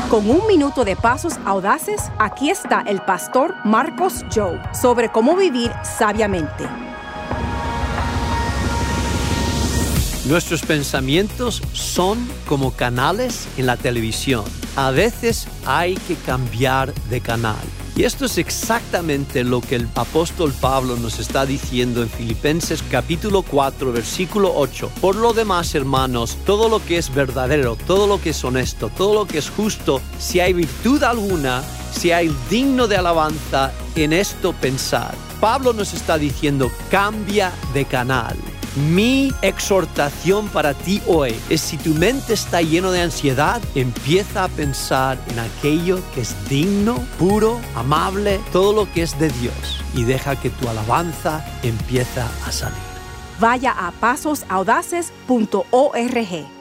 Con un minuto de pasos audaces, aquí está el pastor Marcos Joe sobre cómo vivir sabiamente. Nuestros pensamientos son como canales en la televisión. A veces hay que cambiar de canal. Y esto es exactamente lo que el apóstol Pablo nos está diciendo en Filipenses capítulo 4, versículo 8. Por lo demás, hermanos, todo lo que es verdadero, todo lo que es honesto, todo lo que es justo, si hay virtud alguna, si hay digno de alabanza, en esto pensad. Pablo nos está diciendo, cambia de canal. Mi exhortación para ti hoy es, si tu mente está llena de ansiedad, empieza a pensar en aquello que es digno, puro, amable, todo lo que es de Dios, y deja que tu alabanza empiece a salir. Vaya a pasosaudaces.org.